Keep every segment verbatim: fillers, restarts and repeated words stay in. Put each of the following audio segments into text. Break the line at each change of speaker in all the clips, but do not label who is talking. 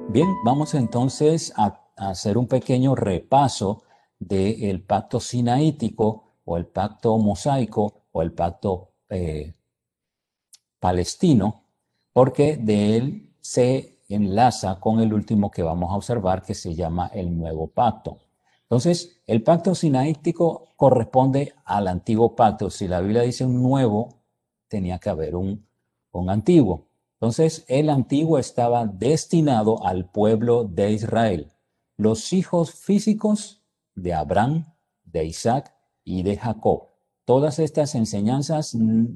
Bien, vamos entonces a, a hacer un pequeño repaso del pacto sinaítico o el pacto mosaico o el pacto eh, palestino, porque de él se enlaza con el último que vamos a observar, que se llama el nuevo pacto. Entonces, el pacto sinaítico corresponde al antiguo pacto. Si la Biblia dice un nuevo, tenía que haber un, un antiguo. Entonces, el antiguo estaba destinado al pueblo de Israel, los hijos físicos de Abraham, de Isaac y de Jacob. Todas estas enseñanzas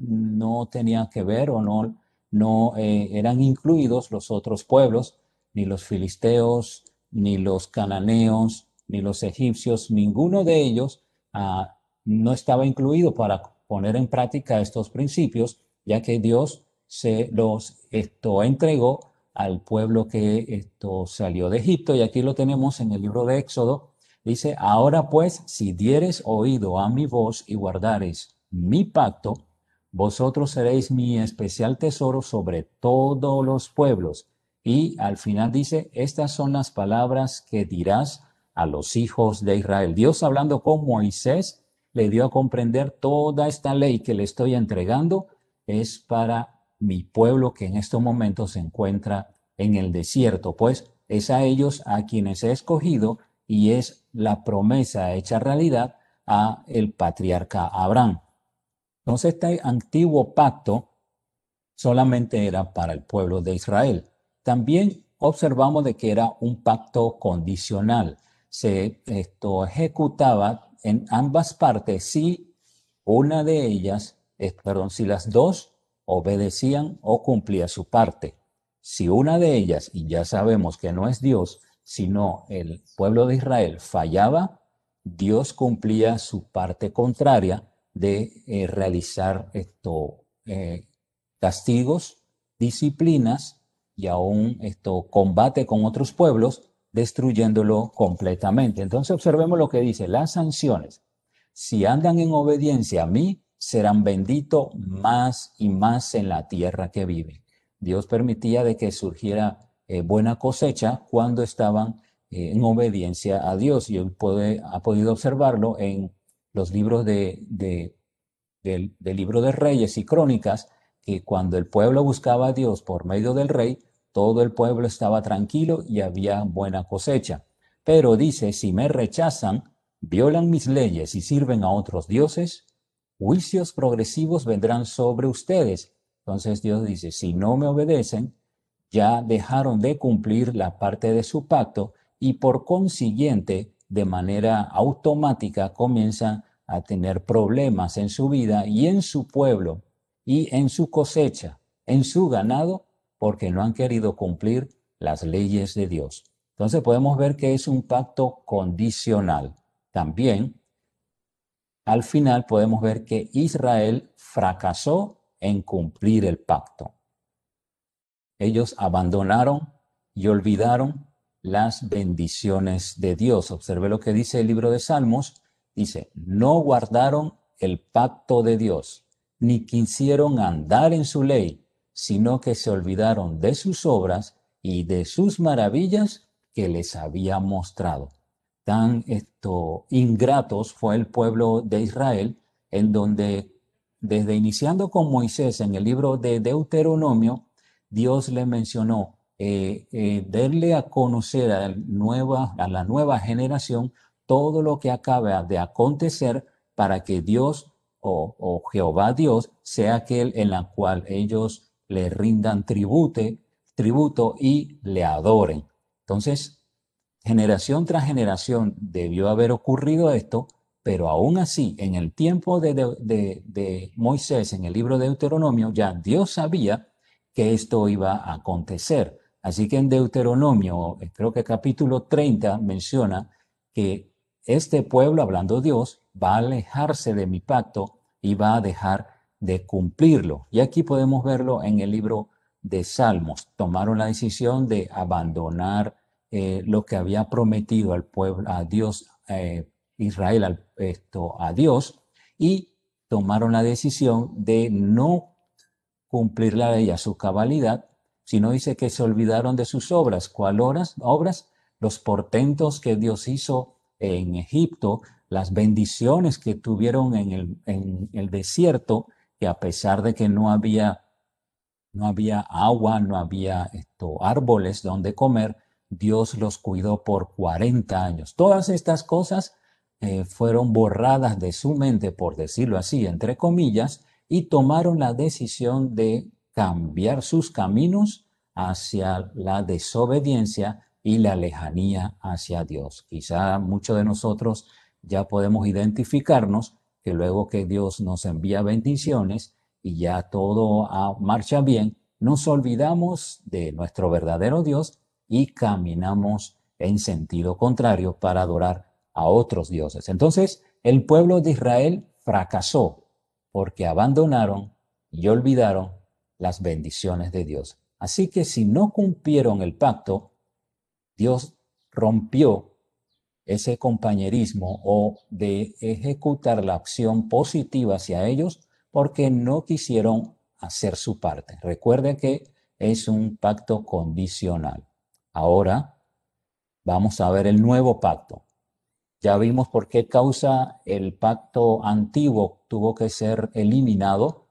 no tenían que ver o no, no eh, eran incluidos los otros pueblos, ni los filisteos, ni los cananeos, ni los egipcios, ninguno de ellos ah, no estaba incluido para poner en práctica estos principios, ya que Dios se los esto, entregó al pueblo que esto salió de Egipto, y aquí lo tenemos en el libro de Éxodo. Dice, ahora pues, si dieres oído a mi voz y guardareis mi pacto, vosotros seréis mi especial tesoro sobre todos los pueblos. Y al final dice, estas son las palabras que dirás a los hijos de Israel. Dios, hablando con Moisés, le dio a comprender toda esta ley que le estoy entregando es para mi pueblo que en estos momentos se encuentra en el desierto, pues es a ellos a quienes he escogido, y es la promesa hecha realidad a el patriarca Abraham. Entonces, este antiguo pacto solamente era para el pueblo de Israel. También observamos de que era un pacto condicional. Se esto ejecutaba en ambas partes si una de ellas, eh, perdón, si las dos obedecían o cumplía su parte. Si una de ellas, y ya sabemos que no es Dios, sino el pueblo de Israel, fallaba, Dios cumplía su parte contraria de eh, realizar esto, eh, castigos, disciplinas y aún esto combate con otros pueblos, destruyéndolo completamente. Entonces observemos lo que dice, las sanciones. Si andan en obediencia a mí, serán benditos más y más en la tierra que viven. Dios permitía de que surgiera eh, buena cosecha cuando estaban eh, en obediencia a Dios. Y él puede, ha podido observarlo en los libros de, de, del, del libro de Reyes y Crónicas, que cuando el pueblo buscaba a Dios por medio del rey, todo el pueblo estaba tranquilo y había buena cosecha. Pero dice, si me rechazan, violan mis leyes y sirven a otros dioses, juicios progresivos vendrán sobre ustedes. Entonces Dios dice, si no me obedecen, ya dejaron de cumplir la parte de su pacto y por consiguiente, de manera automática, comienzan a tener problemas en su vida y en su pueblo y en su cosecha, en su ganado, porque no han querido cumplir las leyes de Dios. Entonces podemos ver que es un pacto condicional. También, al final podemos ver que Israel fracasó en cumplir el pacto. Ellos abandonaron y olvidaron las bendiciones de Dios. Observe lo que dice el libro de Salmos. Dice, no guardaron el pacto de Dios, ni quisieron andar en su ley, sino que se olvidaron de sus obras y de sus maravillas que les había mostrado. Tan esto, ingratos fue el pueblo de Israel, en donde desde iniciando con Moisés en el libro de Deuteronomio, Dios le mencionó eh, eh, darle a conocer a la, nueva, a la nueva generación todo lo que acaba de acontecer para que Dios o, o Jehová Dios sea aquel en la cual ellos le rindan tribute, tributo y le adoren. Entonces, generación tras generación debió haber ocurrido esto, pero aún así, en el tiempo de, de, de, de Moisés, en el libro de Deuteronomio, ya Dios sabía que esto iba a acontecer. Así que en Deuteronomio, creo que capítulo treinta menciona que este pueblo, hablando Dios, va a alejarse de mi pacto y va a dejar de cumplirlo. Y aquí podemos verlo en el libro de Salmos. Tomaron la decisión de abandonar eh, lo que había prometido al pueblo, a Dios, eh, Israel, al, esto, a Dios, y tomaron la decisión de no cumplir la ley a su cabalidad, sino dice que se olvidaron de sus obras. ¿Cuáles obras? Los portentos que Dios hizo en Egipto, las bendiciones que tuvieron en el, en el desierto, que a pesar de que no había, no había agua, no había esto, árboles donde comer, Dios los cuidó por cuarenta años. Todas estas cosas eh, fueron borradas de su mente, por decirlo así, entre comillas, y tomaron la decisión de cambiar sus caminos hacia la desobediencia y la lejanía hacia Dios. Quizá muchos de nosotros ya podemos identificarnos que luego que Dios nos envía bendiciones y ya todo ah, marcha bien, nos olvidamos de nuestro verdadero Dios y caminamos en sentido contrario para adorar a otros dioses. Entonces, el pueblo de Israel fracasó porque abandonaron y olvidaron las bendiciones de Dios. Así que si no cumplieron el pacto, Dios rompió ese compañerismo o de ejecutar la acción positiva hacia ellos porque no quisieron hacer su parte. Recuerde que es un pacto condicional. Ahora vamos a ver el nuevo pacto. Ya vimos por qué causa el pacto antiguo tuvo que ser eliminado,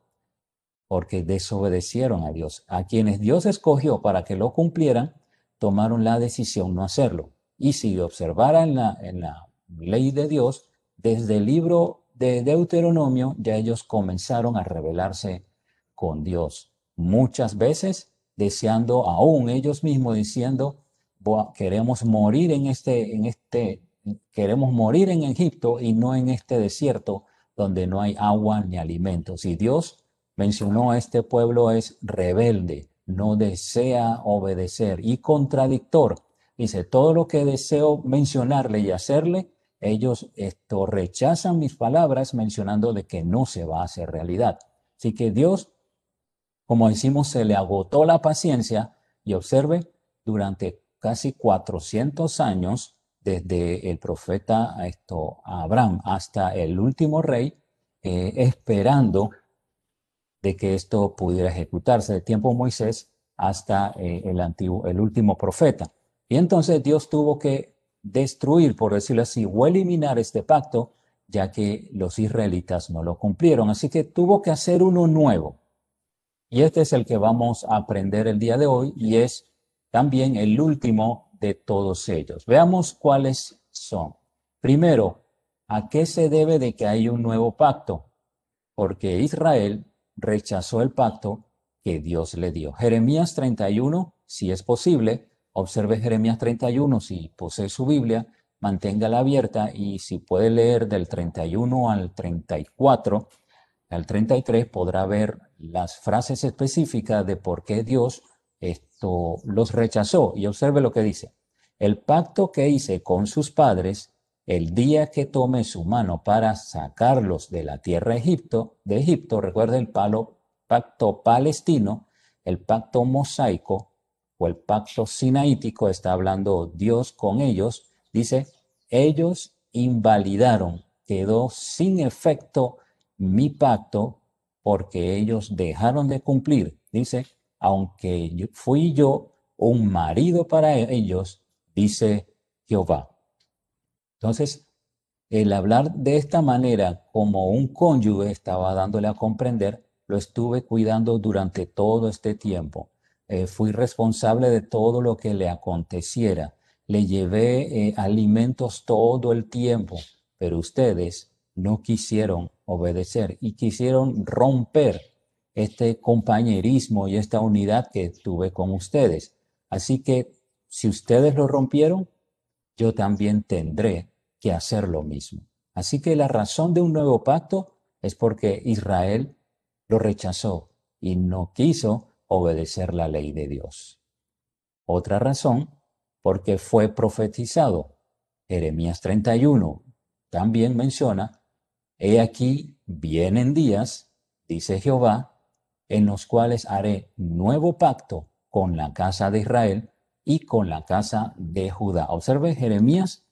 porque desobedecieron a Dios. A quienes Dios escogió para que lo cumplieran, tomaron la decisión no hacerlo. Y si observara en la, en la ley de Dios, desde el libro de Deuteronomio, ya ellos comenzaron a rebelarse con Dios. Muchas veces deseando, aún ellos mismos diciendo, queremos morir en este, en este, queremos morir en Egipto y no en este desierto donde no hay agua ni alimentos. Y Dios mencionó a este pueblo es rebelde, no desea obedecer y contradictor. Dice, todo lo que deseo mencionarle y hacerle, ellos esto rechazan mis palabras mencionando de que no se va a hacer realidad. Así que Dios, como decimos, se le agotó la paciencia y observe, durante casi cuatrocientos años, desde el profeta esto, Abraham hasta el último rey, eh, esperando de que esto pudiera ejecutarse, de tiempo de Moisés hasta eh, el, antiguo, el último profeta. Y entonces Dios tuvo que destruir, por decirlo así, o eliminar este pacto, ya que los israelitas no lo cumplieron. Así que tuvo que hacer uno nuevo. Y este es el que vamos a aprender el día de hoy y es también el último de todos ellos. Veamos cuáles son. Primero, ¿a qué se debe de que hay un nuevo pacto? Porque Israel rechazó el pacto que Dios le dio. Jeremías treinta y uno, si es posible, observe Jeremías treinta y uno, si posee su Biblia, manténgala abierta y si puede leer del treinta y uno al treinta y cuatro, al treinta y tres, podrá ver las frases específicas de por qué Dios esto los rechazó. Y observe lo que dice. El pacto que hice con sus padres el día que tome su mano para sacarlos de la tierra de Egipto, de Egipto, recuerda el palo, pacto palestino, el pacto mosaico o el pacto sinaítico, está hablando Dios con ellos, dice, ellos invalidaron, quedó sin efecto mi pacto porque ellos dejaron de cumplir. Dice, aunque fui yo un marido para ellos, dice Jehová. Entonces, el hablar de esta manera como un cónyuge estaba dándole a comprender, lo estuve cuidando durante todo este tiempo. Eh, fui responsable de todo lo que le aconteciera. Le llevé eh, alimentos todo el tiempo, pero ustedes no quisieron obedecer y quisieron romper este compañerismo y esta unidad que tuve con ustedes. Así que si ustedes lo rompieron, yo también tendré que hacer lo mismo. Así que la razón de un nuevo pacto es porque Israel lo rechazó y no quiso obedecer la ley de Dios. Otra razón, porque fue profetizado. Jeremías treinta y uno también menciona, he aquí vienen días, dice Jehová, en los cuales haré nuevo pacto con la casa de Israel y con la casa de Judá. Observe, Jeremías,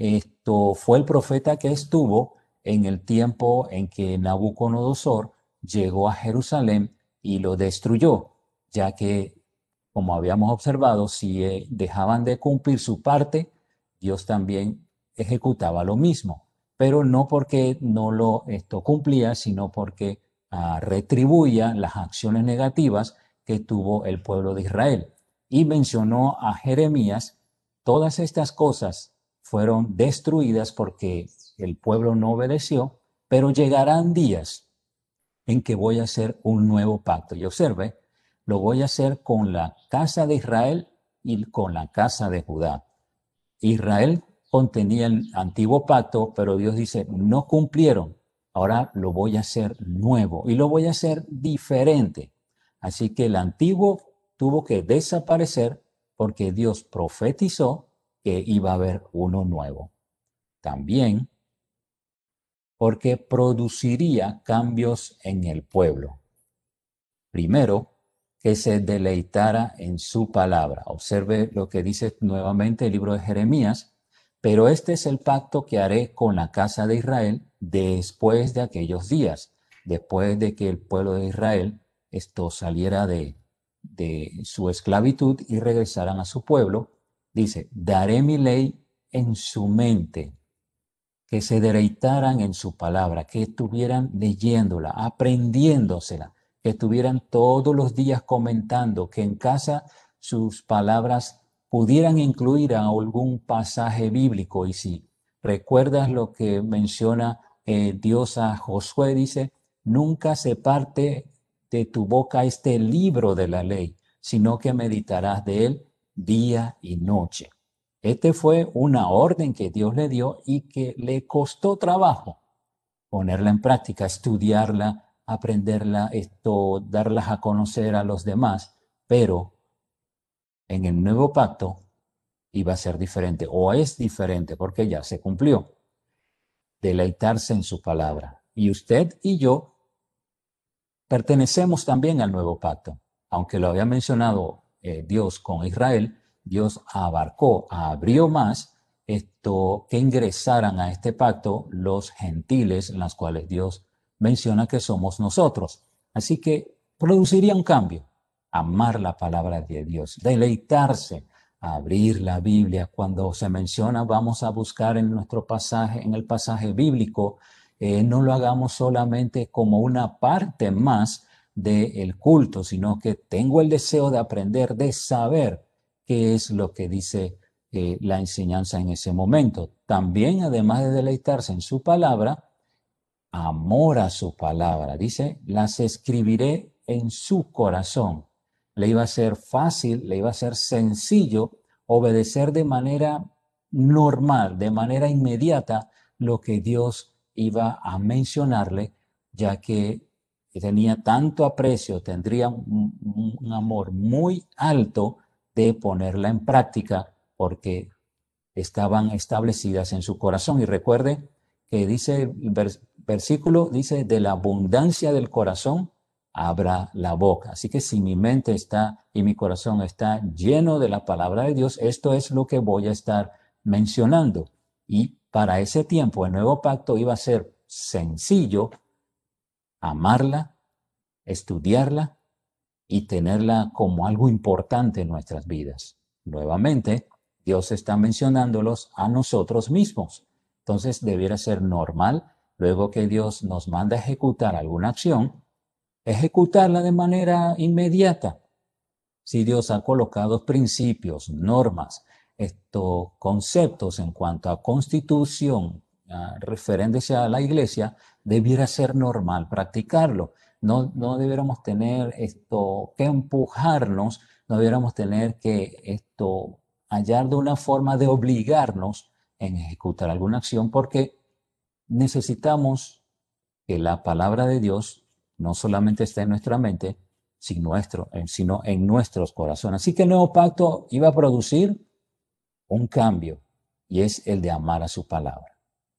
esto fue el profeta que estuvo en el tiempo en que Nabucodonosor llegó a Jerusalén y lo destruyó, ya que como habíamos observado, si eh, dejaban de cumplir su parte, Dios también ejecutaba lo mismo, pero no porque no lo esto cumplía, sino porque ah, retribuía las acciones negativas que tuvo el pueblo de Israel. Y mencionó a Jeremías, todas estas cosas fueron destruidas porque el pueblo no obedeció, pero llegarán días en que voy a hacer un nuevo pacto. Y observe, lo voy a hacer con la casa de Israel y con la casa de Judá. Israel contenía el antiguo pacto, pero Dios dice, no cumplieron. Ahora lo voy a hacer nuevo y lo voy a hacer diferente. Así que el antiguo tuvo que desaparecer porque Dios profetizó que iba a haber uno nuevo. También porque produciría cambios en el pueblo. Primero, que se deleitara en su palabra. Observe lo que dice nuevamente el libro de Jeremías. Pero este es el pacto que haré con la casa de Israel después de aquellos días, después de que el pueblo de Israel esto saliera de, de su esclavitud y regresaran a su pueblo. Dice, daré mi ley en su mente, que se deleitaran en su palabra, que estuvieran leyéndola, aprendiéndosela, que estuvieran todos los días comentando, que en casa sus palabras pudieran incluir a algún pasaje bíblico. Y si recuerdas lo que menciona eh, Dios a Josué, dice, nunca se parte de tu boca este libro de la ley, sino que meditarás de él día y noche. Este fue una orden que Dios le dio y que le costó trabajo ponerla en práctica, estudiarla, aprenderla, esto, darlas a conocer a los demás, pero en el nuevo pacto iba a ser diferente, o es diferente, porque ya se cumplió. Deleitarse en su palabra. Y usted y yo pertenecemos también al nuevo pacto. Aunque lo había mencionado eh, Dios con Israel, Dios abarcó, abrió más esto que ingresaran a este pacto los gentiles, en las cuales Dios menciona que somos nosotros. Así que produciría un cambio, amar la palabra de Dios, deleitarse, abrir la Biblia. Cuando se menciona, vamos a buscar en nuestro pasaje, en el pasaje bíblico, eh, no lo hagamos solamente como una parte más del culto, sino que tengo el deseo de aprender, de saber qué es lo que dice eh, la enseñanza en ese momento. También, además de deleitarse en su palabra, amor a su palabra. Dice, las escribiré en su corazón. Le iba a ser fácil, le iba a ser sencillo obedecer de manera normal, de manera inmediata, lo que Dios iba a mencionarle, ya que tenía tanto aprecio, tendría un, un amor muy alto de ponerla en práctica, porque estaban establecidas en su corazón. Y recuerde que dice el vers versículo, dice, de la abundancia del corazón abra la boca. Así que si mi mente está y mi corazón está lleno de la palabra de Dios, esto es lo que voy a estar mencionando. Y para ese tiempo el nuevo pacto iba a ser sencillo, amarla, estudiarla y tenerla como algo importante en nuestras vidas. Nuevamente, Dios está mencionándolos a nosotros mismos. Entonces, debiera ser normal, luego que Dios nos manda a ejecutar alguna acción, ejecutarla de manera inmediata. Si Dios ha colocado principios, normas, estos conceptos en cuanto a constitución, uh, referentes a la iglesia, debiera ser normal practicarlo. No, no debiéramos tener esto que empujarnos, no debiéramos tener que esto hallar de una forma de obligarnos en ejecutar alguna acción, porque necesitamos que la palabra de Dios no solamente esté en nuestra mente, sino, nuestro, sino en nuestros corazones. Así que el nuevo pacto iba a producir un cambio, y es el de amar a su palabra.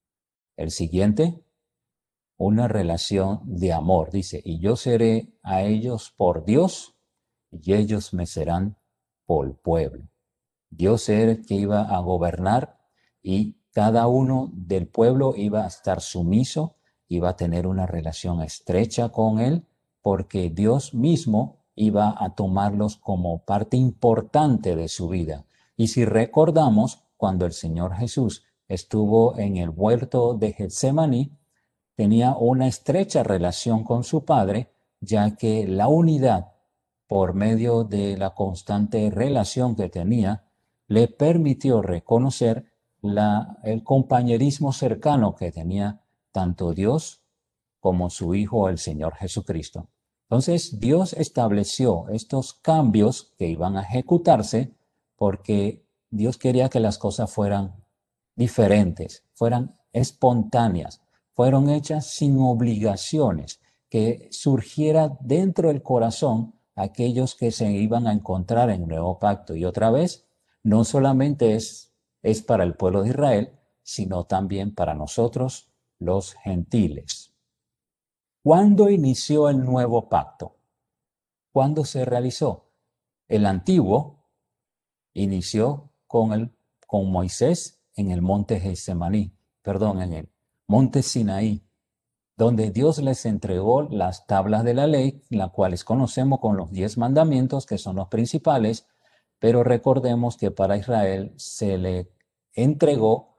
El siguiente, una relación de amor. Dice, y yo seré a ellos por Dios, y ellos me serán por pueblo. Dios era el que iba a gobernar, y cada uno del pueblo iba a estar sumiso, iba a tener una relación estrecha con él, porque Dios mismo iba a tomarlos como parte importante de su vida. Y si recordamos, cuando el Señor Jesús estuvo en el huerto de Getsemaní, tenía una estrecha relación con su Padre, ya que la unidad, por medio de la constante relación que tenía, le permitió reconocer la, el compañerismo cercano que tenía tanto Dios como su Hijo, el Señor Jesucristo. Entonces, Dios estableció estos cambios que iban a ejecutarse porque Dios quería que las cosas fueran diferentes, fueran espontáneas, fueron hechas sin obligaciones, que surgiera dentro del corazón aquellos que se iban a encontrar en el nuevo pacto. Y otra vez, no solamente es, es para el pueblo de Israel, sino también para nosotros, los gentiles. ¿Cuándo inició el nuevo pacto? ¿Cuándo se realizó? El antiguo inició con, el, con Moisés en el monte Getsemaní, perdón, en el monte Sinaí, donde Dios les entregó las tablas de la ley, las cuales conocemos con los diez mandamientos, que son los principales, pero recordemos que para Israel se le entregó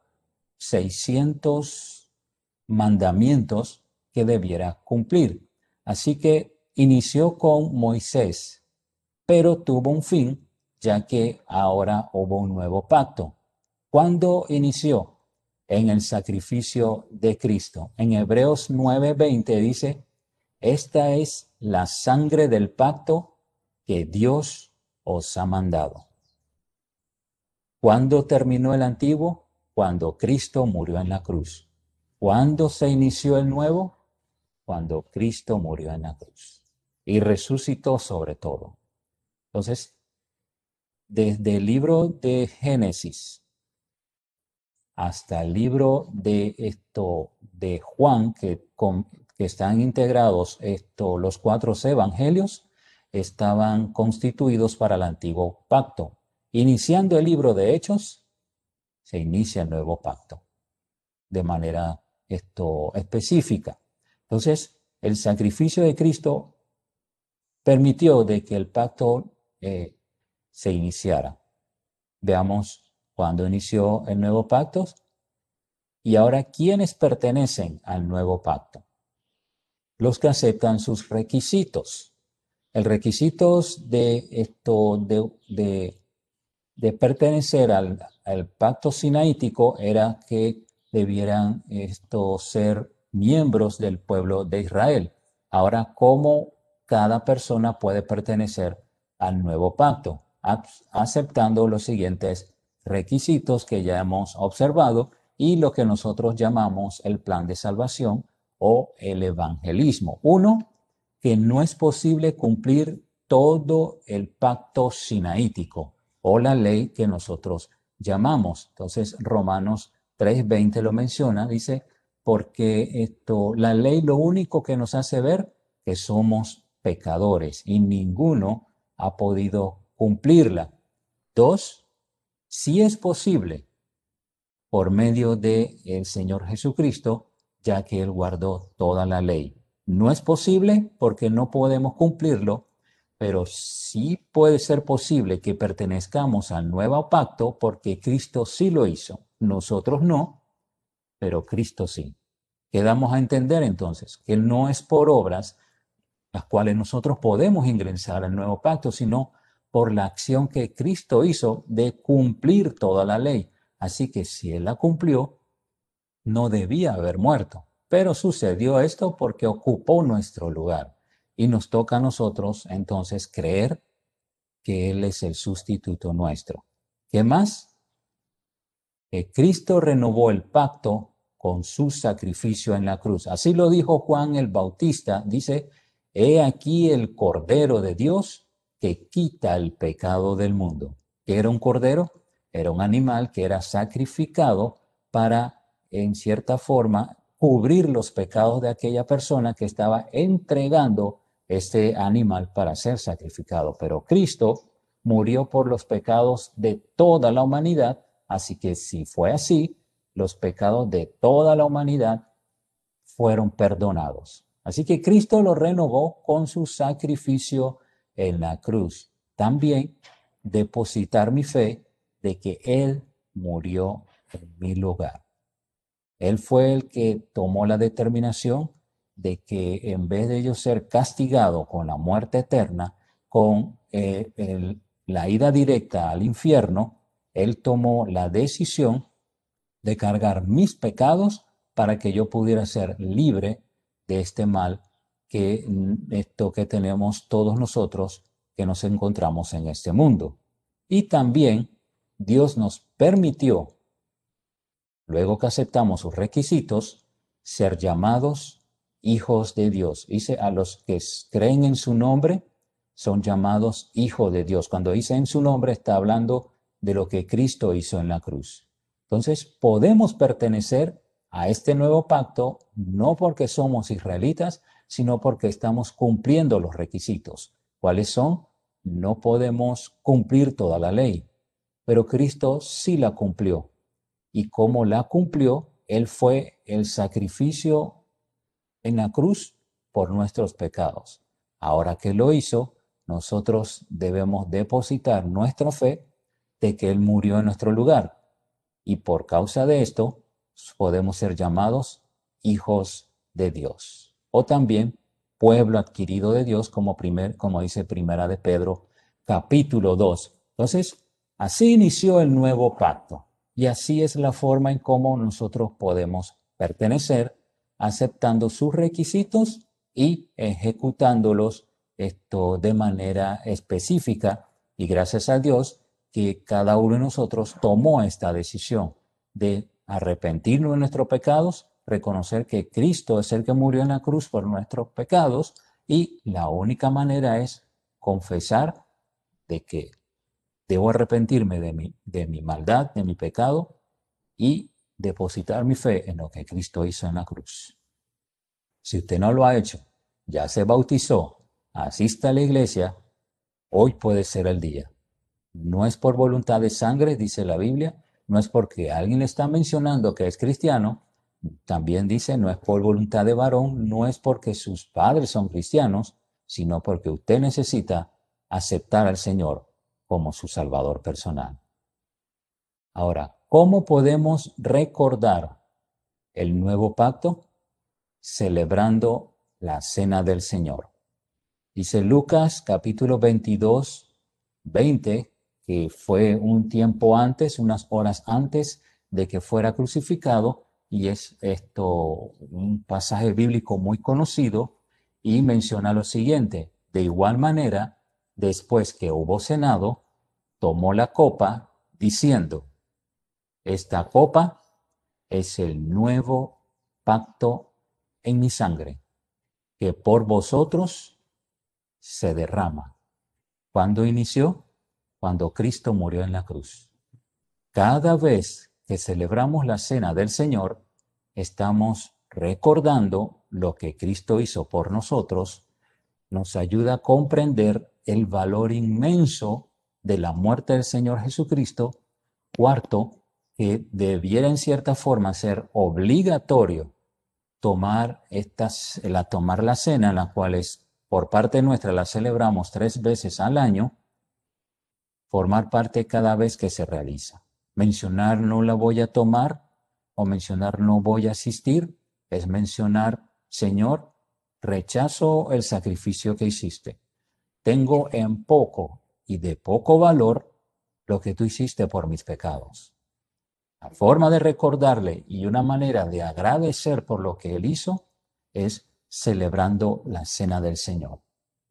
seiscientos mandamientos que debiera cumplir. Así que inició con Moisés, pero tuvo un fin, ya que ahora hubo un nuevo pacto. ¿Cuándo inició? En el sacrificio de Cristo. En Hebreos nueve veinte dice, esta es la sangre del pacto que Dios os ha mandado. ¿Cuándo terminó el antiguo? Cuando Cristo murió en la cruz. ¿Cuándo se inició el nuevo? Cuando Cristo murió en la cruz y resucitó sobre todo. Entonces, desde el libro de Génesis hasta el libro de esto de Juan, que, con, que están integrados esto, los cuatro evangelios, estaban constituidos para el antiguo pacto. Iniciando el libro de Hechos, se inicia el nuevo pacto de manera esto, específica. Entonces, el sacrificio de Cristo permitió de que el pacto eh, se iniciara. Veamos cuándo inició el nuevo pacto y ahora quiénes pertenecen al nuevo pacto. Los que aceptan sus requisitos. El requisito de esto de, de, de pertenecer al, al pacto sinaítico era que debieran esto ser miembros del pueblo de Israel. Ahora, ¿cómo cada persona puede pertenecer al nuevo pacto? Aceptando los siguientes requisitos que ya hemos observado y lo que nosotros llamamos el plan de salvación o el evangelismo. Uno, que no es posible cumplir todo el pacto sinaítico o la ley que nosotros llamamos. Entonces, Romanos tres veinte lo menciona, dice, porque esto, la ley lo único que nos hace ver que somos pecadores y ninguno ha podido cumplirla. Dos, sí es posible por medio de el Señor Jesucristo, ya que Él guardó toda la ley. No es posible porque no podemos cumplirlo, pero sí puede ser posible que pertenezcamos al nuevo pacto porque Cristo sí lo hizo. Nosotros no, pero Cristo sí. Quedamos a entender entonces que no es por obras las cuales nosotros podemos ingresar al nuevo pacto, sino por la acción que Cristo hizo de cumplir toda la ley. Así que si Él la cumplió, no debía haber muerto. Pero sucedió esto porque ocupó nuestro lugar. Y nos toca a nosotros entonces creer que Él es el sustituto nuestro. ¿Qué más? Que Cristo renovó el pacto con su sacrificio en la cruz. Así lo dijo Juan el Bautista. Dice, he aquí el Cordero de Dios que quita el pecado del mundo. ¿Qué era un cordero? Era un animal que era sacrificado para, en cierta forma, cubrir los pecados de aquella persona que estaba entregando este animal para ser sacrificado. Pero Cristo murió por los pecados de toda la humanidad, así que si fue así, los pecados de toda la humanidad fueron perdonados. Así que Cristo lo renovó con su sacrificio en la cruz. También depositar mi fe de que Él murió en mi lugar. Él fue el que tomó la determinación de que en vez de yo ser castigado con la muerte eterna, con eh, el, la ida directa al infierno, Él tomó la decisión de cargar mis pecados para que yo pudiera ser libre de este mal que esto que tenemos todos nosotros que nos encontramos en este mundo. Y también Dios nos permitió, luego que aceptamos sus requisitos, ser llamados hijos de Dios. Dice, a los que creen en su nombre son llamados hijos de Dios. Cuando dice en su nombre está hablando de lo que Cristo hizo en la cruz. Entonces podemos pertenecer a este nuevo pacto no porque somos israelitas, sino porque estamos cumpliendo los requisitos. ¿Cuáles son? No podemos cumplir toda la ley, pero Cristo sí la cumplió. Y como la cumplió, Él fue el sacrificio en la cruz por nuestros pecados. Ahora que lo hizo, nosotros debemos depositar nuestra fe de que Él murió en nuestro lugar. Y por causa de esto, podemos ser llamados hijos de Dios. O también pueblo adquirido de Dios, como, primer, como dice Primera de Pedro, capítulo dos. Entonces, así inició el nuevo pacto. Y así es la forma en cómo nosotros podemos pertenecer, aceptando sus requisitos y ejecutándolos esto de manera específica. Y gracias a Dios que cada uno de nosotros tomó esta decisión de arrepentirnos de nuestros pecados, reconocer que Cristo es el que murió en la cruz por nuestros pecados y la única manera es confesar de que debo arrepentirme de mi, de mi maldad, de mi pecado y depositar mi fe en lo que Cristo hizo en la cruz. Si usted no lo ha hecho, ya se bautizó, asista a la iglesia, hoy puede ser el día. No es por voluntad de sangre, dice la Biblia, no es porque alguien le está mencionando que es cristiano, también dice no es por voluntad de varón, no es porque sus padres son cristianos, sino porque usted necesita aceptar al Señor como su Salvador personal. Ahora, ¿cómo podemos recordar el nuevo pacto? Celebrando la cena del Señor. Dice Lucas capítulo veintidós, veinte, que fue un tiempo antes, unas horas antes de que fuera crucificado, y es esto un pasaje bíblico muy conocido, y menciona lo siguiente: de igual manera, después que hubo cenado, tomó la copa, diciendo, esta copa es el nuevo pacto en mi sangre, que por vosotros se derrama. ¿Cuándo inició? Cuando Cristo murió en la cruz. Cada vez que celebramos la cena del Señor, estamos recordando lo que Cristo hizo por nosotros, nos ayuda a comprender el valor inmenso de la muerte del Señor Jesucristo. Cuarto, que debiera en cierta forma ser obligatorio tomar, estas, la, tomar la cena, la cual es, por parte nuestra la celebramos tres veces al año, formar parte cada vez que se realiza. Mencionar no la voy a tomar o mencionar no voy a asistir es mencionar, Señor, rechazo el sacrificio que hiciste. Tengo en poco y de poco valor lo que tú hiciste por mis pecados. La forma de recordarle y una manera de agradecer por lo que Él hizo es celebrando la cena del Señor.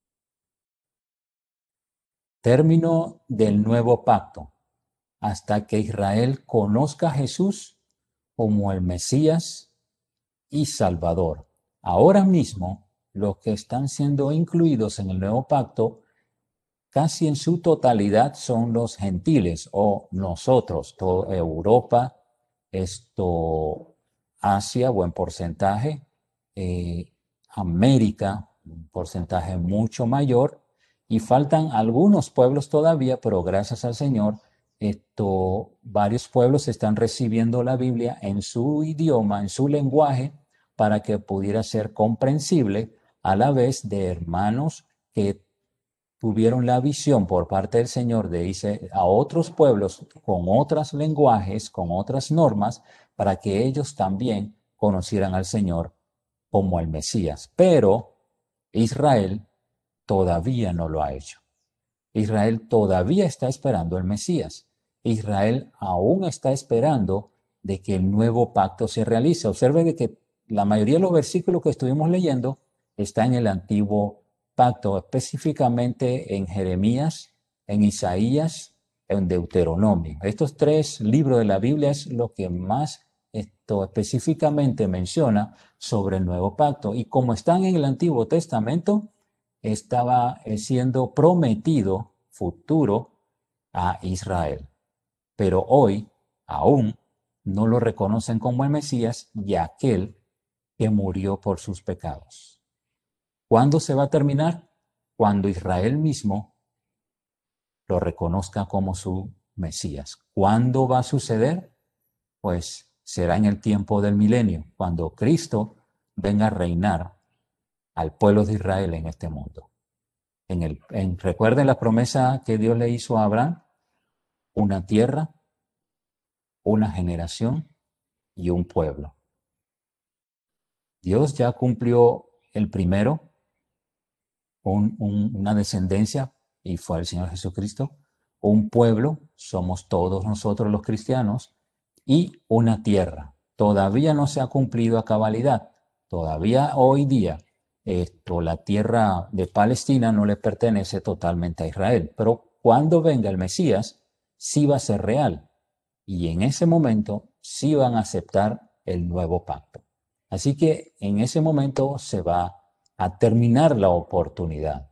Término del nuevo pacto. Hasta que Israel conozca a Jesús como el Mesías y Salvador. Ahora mismo, los que están siendo incluidos en el nuevo pacto, casi en su totalidad son los gentiles o nosotros, toda Europa, esto, Asia, buen porcentaje, eh, América, un porcentaje mucho mayor, y faltan algunos pueblos todavía, pero gracias al Señor, esto, varios pueblos están recibiendo la Biblia en su idioma, en su lenguaje, para que pudiera ser comprensible a la vez de hermanos que tuvieron la visión por parte del Señor de irse a otros pueblos con otros lenguajes, con otras normas, para que ellos también conocieran al Señor como el Mesías. Pero Israel todavía no lo ha hecho. Israel todavía está esperando el Mesías. Israel aún está esperando de que el nuevo pacto se realice. Observe que la mayoría de los versículos que estuvimos leyendo está en el antiguo pacto, específicamente en Jeremías, en Isaías, en Deuteronomio. Estos tres libros de la Biblia es lo que más esto específicamente menciona sobre el nuevo pacto. Y como están en el Antiguo Testamento, estaba siendo prometido futuro a Israel. Pero hoy aún no lo reconocen como el Mesías y aquel que murió por sus pecados. ¿Cuándo se va a terminar? Cuando Israel mismo lo reconozca como su Mesías. ¿Cuándo va a suceder? Pues será en el tiempo del milenio, cuando Cristo venga a reinar al pueblo de Israel en este mundo. En el, en, recuerden la promesa que Dios le hizo a Abraham: una tierra, una generación y un pueblo. Dios ya cumplió el primero, un, un, una descendencia, y fue el Señor Jesucristo. Un pueblo, somos todos nosotros los cristianos, y una tierra. Todavía no se ha cumplido a cabalidad. Todavía hoy día esto, la tierra de Palestina no le pertenece totalmente a Israel. Pero cuando venga el Mesías, sí va a ser real. Y en ese momento sí van a aceptar el nuevo pacto. Así que en ese momento se va a terminar la oportunidad.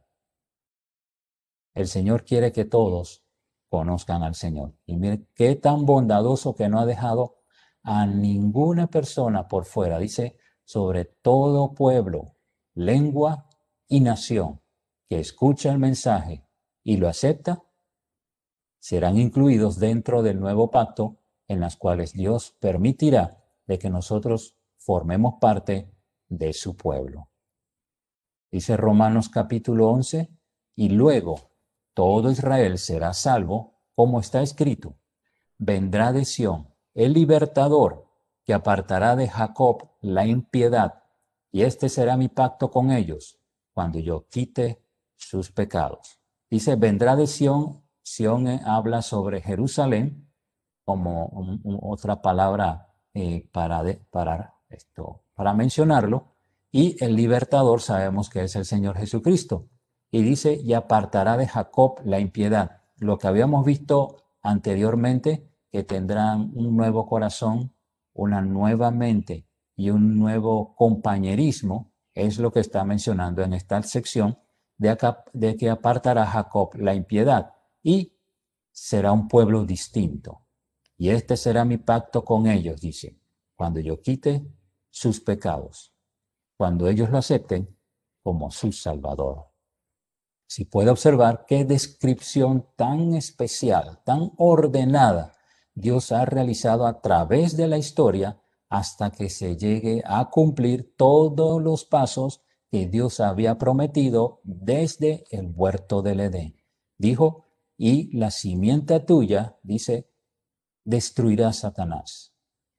El Señor quiere que todos conozcan al Señor. Y mire qué tan bondadoso que no ha dejado a ninguna persona por fuera. Dice, sobre todo pueblo, lengua y nación que escucha el mensaje y lo acepta, serán incluidos dentro del nuevo pacto, en las cuales Dios permitirá de que nosotros formemos parte de su pueblo. Dice Romanos capítulo once, y luego todo Israel será salvo, como está escrito: vendrá de Sión el libertador, que apartará de Jacob la impiedad, y este será mi pacto con ellos, cuando yo quite sus pecados. Dice, vendrá de Sión. Sión eh, habla sobre Jerusalén, como un, un, otra palabra eh, para, de, para, esto, para mencionarlo, y el libertador sabemos que es el Señor Jesucristo. Y dice, y apartará de Jacob la impiedad. Lo que habíamos visto anteriormente, que tendrán un nuevo corazón, una nueva mente y un nuevo compañerismo, es lo que está mencionando en esta sección, de, acá, de que apartará Jacob la impiedad y será un pueblo distinto. Y este será mi pacto con ellos, dice, cuando yo quite sus pecados, cuando ellos lo acepten como su Salvador. Si puede observar qué descripción tan especial, tan ordenada Dios ha realizado a través de la historia hasta que se llegue a cumplir todos los pasos que Dios había prometido desde el huerto del Edén. Dijo, y la simiente tuya, dice, destruirá a Satanás.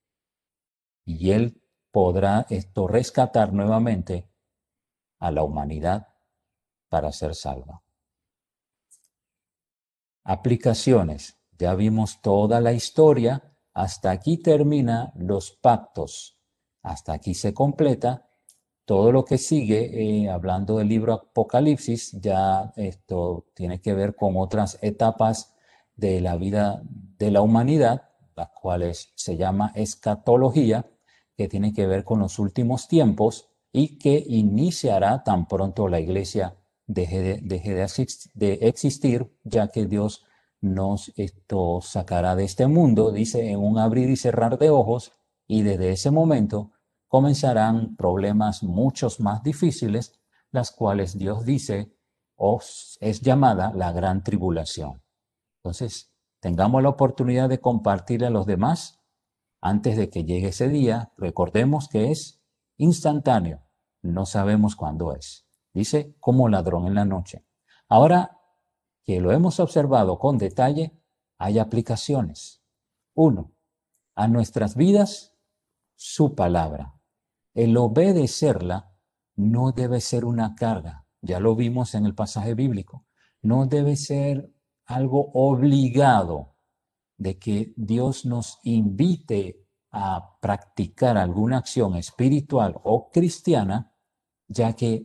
Y él podrá esto rescatar nuevamente a la humanidad para ser salva. Aplicaciones. Ya vimos toda la historia. Hasta aquí termina los pactos. Hasta aquí se completa. Todo lo que sigue, eh, hablando del libro Apocalipsis, ya esto tiene que ver con otras etapas de la vida de la humanidad, las cuales se llama escatología, que tiene que ver con los últimos tiempos y que iniciará tan pronto la iglesia deje de, deje de, asist, de existir, ya que Dios nos esto sacará de este mundo, dice, en un abrir y cerrar de ojos, y desde ese momento comenzarán problemas muchos más difíciles, las cuales Dios dice os es llamada la gran tribulación. Entonces, tengamos la oportunidad de compartir a los demás antes de que llegue ese día. Recordemos que es instantáneo, no sabemos cuándo es. Dice, como ladrón en la noche. Ahora, que lo hemos observado con detalle, hay aplicaciones. Uno, a nuestras vidas, su palabra. El obedecerla no debe ser una carga. Ya lo vimos en el pasaje bíblico. No debe ser algo obligado de que Dios nos invite a practicar alguna acción espiritual o cristiana, ya que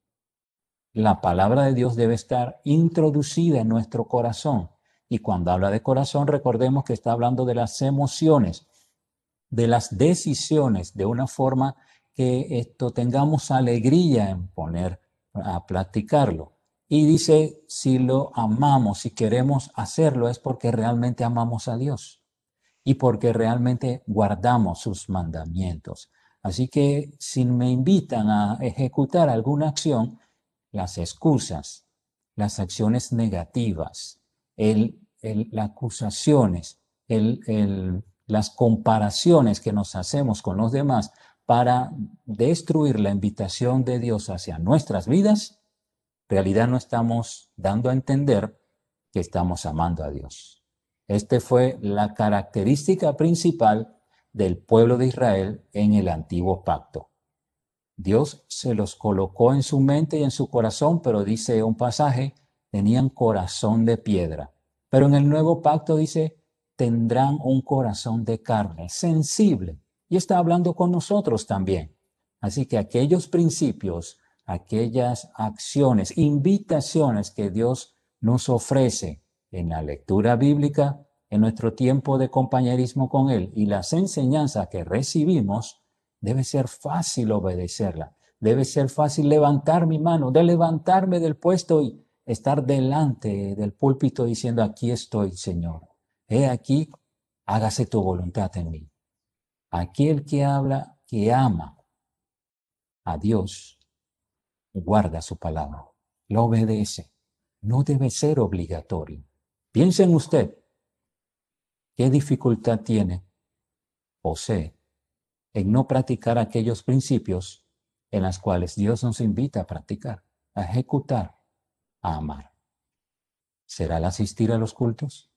la palabra de Dios debe estar introducida en nuestro corazón. Y cuando habla de corazón, recordemos que está hablando de las emociones, de las decisiones, de una forma que esto tengamos alegría en poner a practicarlo. Y dice, si lo amamos, si queremos hacerlo, es porque realmente amamos a Dios y porque realmente guardamos sus mandamientos. Así que si me invitan a ejecutar alguna acción, las excusas, las acciones negativas, el, el, las acusaciones, el, el, las comparaciones que nos hacemos con los demás para destruir la invitación de Dios hacia nuestras vidas, en realidad no estamos dando a entender que estamos amando a Dios. Esta fue la característica principal del pueblo de Israel en el antiguo pacto. Dios se los colocó en su mente y en su corazón, pero dice un pasaje, tenían corazón de piedra. Pero en el nuevo pacto dice, tendrán un corazón de carne, sensible. Y está hablando con nosotros también. Así que aquellos principios, aquellas acciones, invitaciones que Dios nos ofrece en la lectura bíblica, en nuestro tiempo de compañerismo con Él y las enseñanzas que recibimos, debe ser fácil obedecerla. Debe ser fácil levantar mi mano, de levantarme del puesto y estar delante del púlpito diciendo, aquí estoy, Señor. He aquí, hágase tu voluntad en mí. Aquel que habla, que ama a Dios, guarda su palabra, lo obedece. No debe ser obligatorio. Piense en usted, ¿qué dificultad tiene posee en no practicar aquellos principios en los cuales Dios nos invita a practicar, a ejecutar, a amar? ¿Será el asistir a los cultos?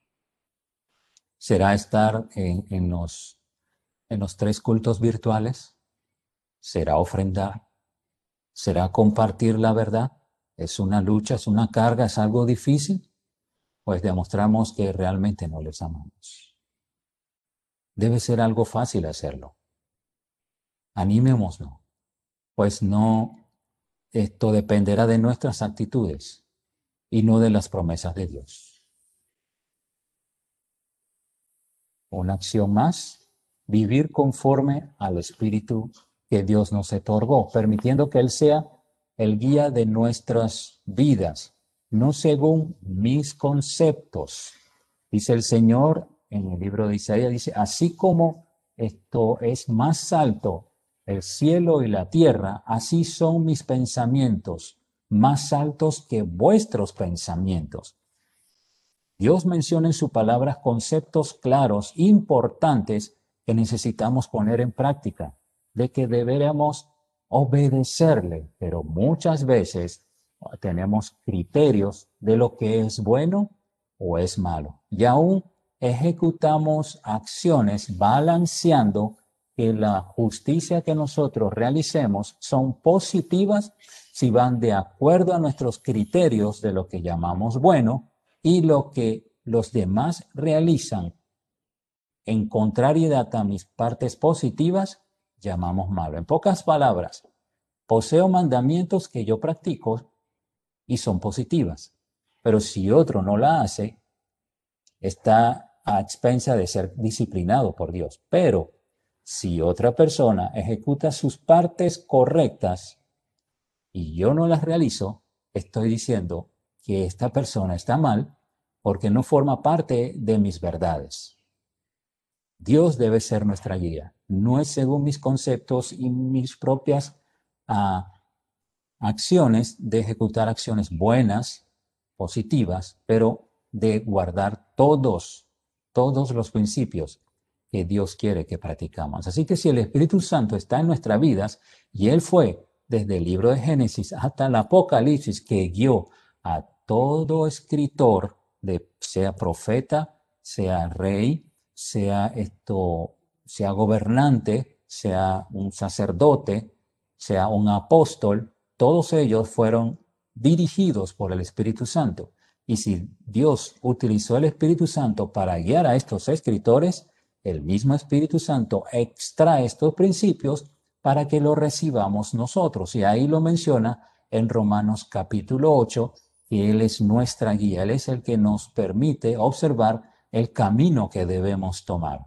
¿Será estar en, en, los, en los tres cultos virtuales? ¿Será ofrendar? ¿Será compartir la verdad? ¿Es una lucha, es una carga, es algo difícil? Pues demostramos que realmente no les amamos. Debe ser algo fácil hacerlo. Animémonos, pues no, esto dependerá de nuestras actitudes y no de las promesas de Dios. Una acción más, vivir conforme al Espíritu que Dios nos otorgó, permitiendo que Él sea el guía de nuestras vidas, no según mis conceptos. Dice el Señor en el libro de Isaías, dice, así como esto es más alto el cielo y la tierra, así son mis pensamientos, más altos que vuestros pensamientos. Dios menciona en su palabra conceptos claros, importantes, que necesitamos poner en práctica, de que deberemos obedecerle, pero muchas veces tenemos criterios de lo que es bueno o es malo. Y aún ejecutamos acciones balanceando que la justicia que nosotros realicemos son positivas si van de acuerdo a nuestros criterios de lo que llamamos bueno y lo que los demás realizan en contrariedad a mis partes positivas, llamamos malo. En pocas palabras, poseo mandamientos que yo practico y son positivas, pero si otro no la hace, está a expensa de ser disciplinado por Dios. Pero si otra persona ejecuta sus partes correctas y yo no las realizo, estoy diciendo que esta persona está mal porque no forma parte de mis verdades. Dios debe ser nuestra guía. No es según mis conceptos y mis propias uh, acciones de ejecutar acciones buenas, positivas, pero de guardar todos, todos los principios que Dios quiere que practicamos. Así que si el Espíritu Santo está en nuestras vidas y Él fue desde el libro de Génesis hasta el Apocalipsis que guió a todo escritor, de, sea profeta, sea rey, sea, esto, sea gobernante, sea un sacerdote, sea un apóstol, todos ellos fueron dirigidos por el Espíritu Santo. Y si Dios utilizó el Espíritu Santo para guiar a estos escritores, el mismo Espíritu Santo extrae estos principios para que los recibamos nosotros. Y ahí lo menciona en Romanos capítulo ocho, que Él es nuestra guía, Él es el que nos permite observar el camino que debemos tomar.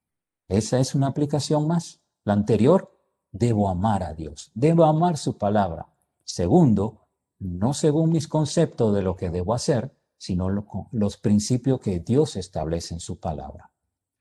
Esa es una aplicación más. La anterior, debo amar a Dios, debo amar su palabra. Segundo, no según mis conceptos de lo que debo hacer, sino lo, los principios que Dios establece en su palabra.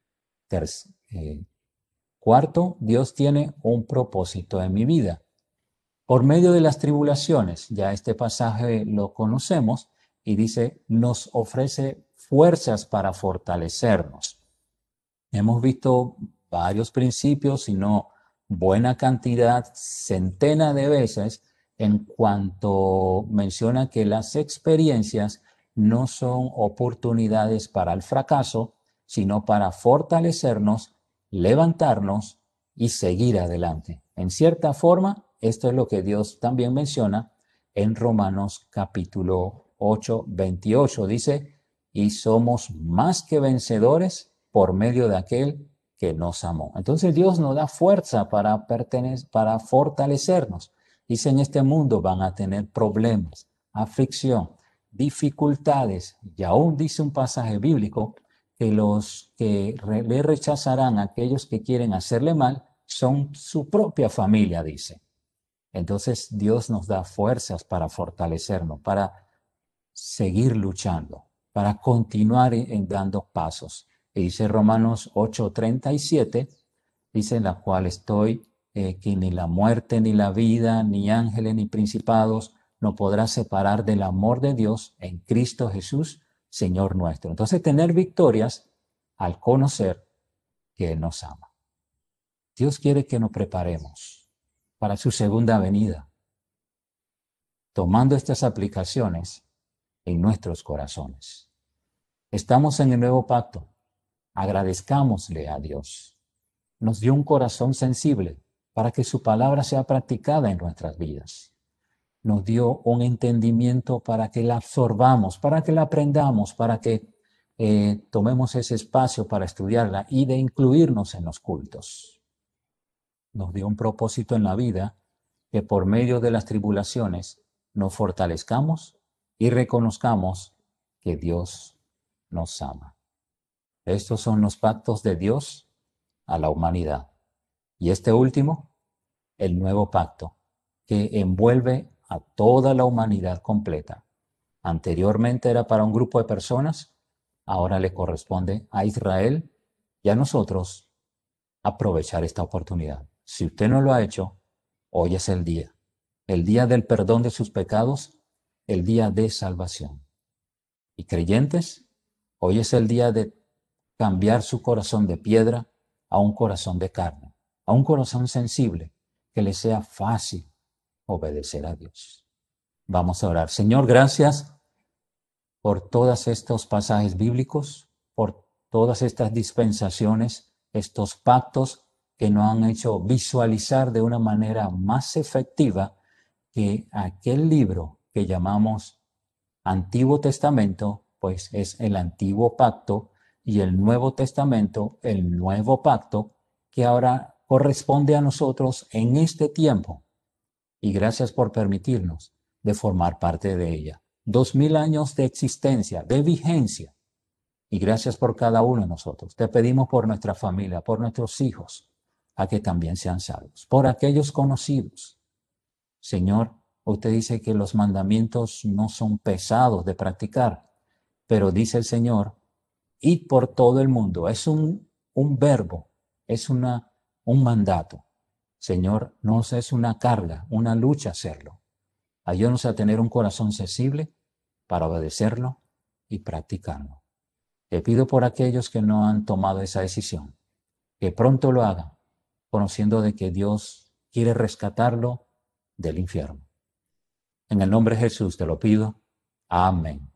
Tercer, eh, cuarto, Dios tiene un propósito en mi vida. Por medio de las tribulaciones, ya este pasaje lo conocemos y dice, nos ofrece fuerzas para fortalecernos. Hemos visto varios principios, sino buena cantidad, centenas de veces, en cuanto menciona que las experiencias no son oportunidades para el fracaso, sino para fortalecernos, levantarnos y seguir adelante. En cierta forma, esto es lo que Dios también menciona en Romanos capítulo ocho, veintiocho. Dice, y somos más que vencedores por medio de aquel que nos amó. Entonces Dios nos da fuerza para, pertenecer, para fortalecernos. Dice, en este mundo van a tener problemas, aflicción, dificultades. Y aún dice un pasaje bíblico que los que le rechazarán a aquellos que quieren hacerle mal son su propia familia, dice. Entonces Dios nos da fuerzas para fortalecernos, para seguir luchando, para continuar en dando pasos. Y dice Romanos ocho treinta y siete, dice en la cual estoy, eh, que ni la muerte, ni la vida, ni ángeles, ni principados, no podrá separar del amor de Dios en Cristo Jesús, Señor nuestro. Entonces, tener victorias al conocer que Él nos ama. Dios quiere que nos preparemos para su segunda venida, tomando estas aplicaciones en nuestros corazones. Estamos en el nuevo pacto. Agradezcámosle a Dios. Nos dio un corazón sensible para que su palabra sea practicada en nuestras vidas. Nos dio un entendimiento para que la absorbamos, para que la aprendamos, para que eh, tomemos ese espacio para estudiarla y de incluirnos en los cultos. Nos dio un propósito en la vida que por medio de las tribulaciones nos fortalezcamos y reconozcamos que Dios nos ama. Estos son los pactos de Dios a la humanidad. Y este último, el nuevo pacto, que envuelve a toda la humanidad completa. Anteriormente era para un grupo de personas, ahora le corresponde a Israel y a nosotros aprovechar esta oportunidad. Si usted no lo ha hecho, hoy es el día. El día del perdón de sus pecados, el día de salvación. Y creyentes, hoy es el día de cambiar su corazón de piedra a un corazón de carne, a un corazón sensible, que le sea fácil obedecer a Dios. Vamos a orar. Señor, gracias por todos estos pasajes bíblicos, por todas estas dispensaciones, estos pactos que nos han hecho visualizar de una manera más efectiva que aquel libro que llamamos Antiguo Testamento, pues es el Antiguo Pacto, y el Nuevo Testamento, el Nuevo Pacto, que ahora corresponde a nosotros en este tiempo. Y gracias por permitirnos de formar parte de ella. Dos mil años de existencia, de vigencia. Y gracias por cada uno de nosotros. Te pedimos por nuestra familia, por nuestros hijos, a que también sean salvos. Por aquellos conocidos. Señor, usted dice que los mandamientos no son pesados de practicar, pero dice el Señor, id por todo el mundo. Es un, un verbo, es una, un mandato. Señor, no es una carga, una lucha hacerlo. Ayúdanos a tener un corazón sensible para obedecerlo y practicarlo. Te pido por aquellos que no han tomado esa decisión, que pronto lo hagan, conociendo de que Dios quiere rescatarlo del infierno. En el nombre de Jesús te lo pido. Amén.